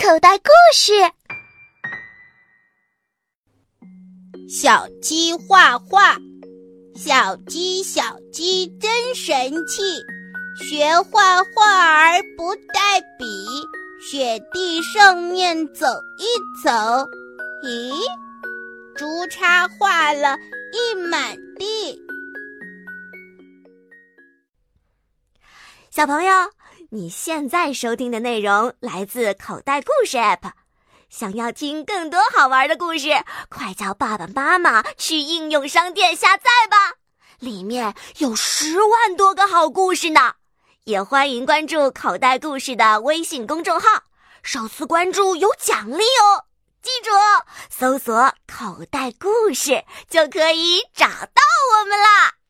口袋故事。 小鸡画画，小鸡小鸡真神气，学画画而不带笔，雪地上面走一走。咦，竹叉画了一满地。 小朋友，你现在收听的内容来自口袋故事 App。想要听更多好玩的故事，快叫爸爸妈妈去应用商店下载吧，里面有10万多个好故事呢。也欢迎关注口袋故事的微信公众号，首次关注有奖励哦。记住哦，搜索口袋故事就可以找到我们啦。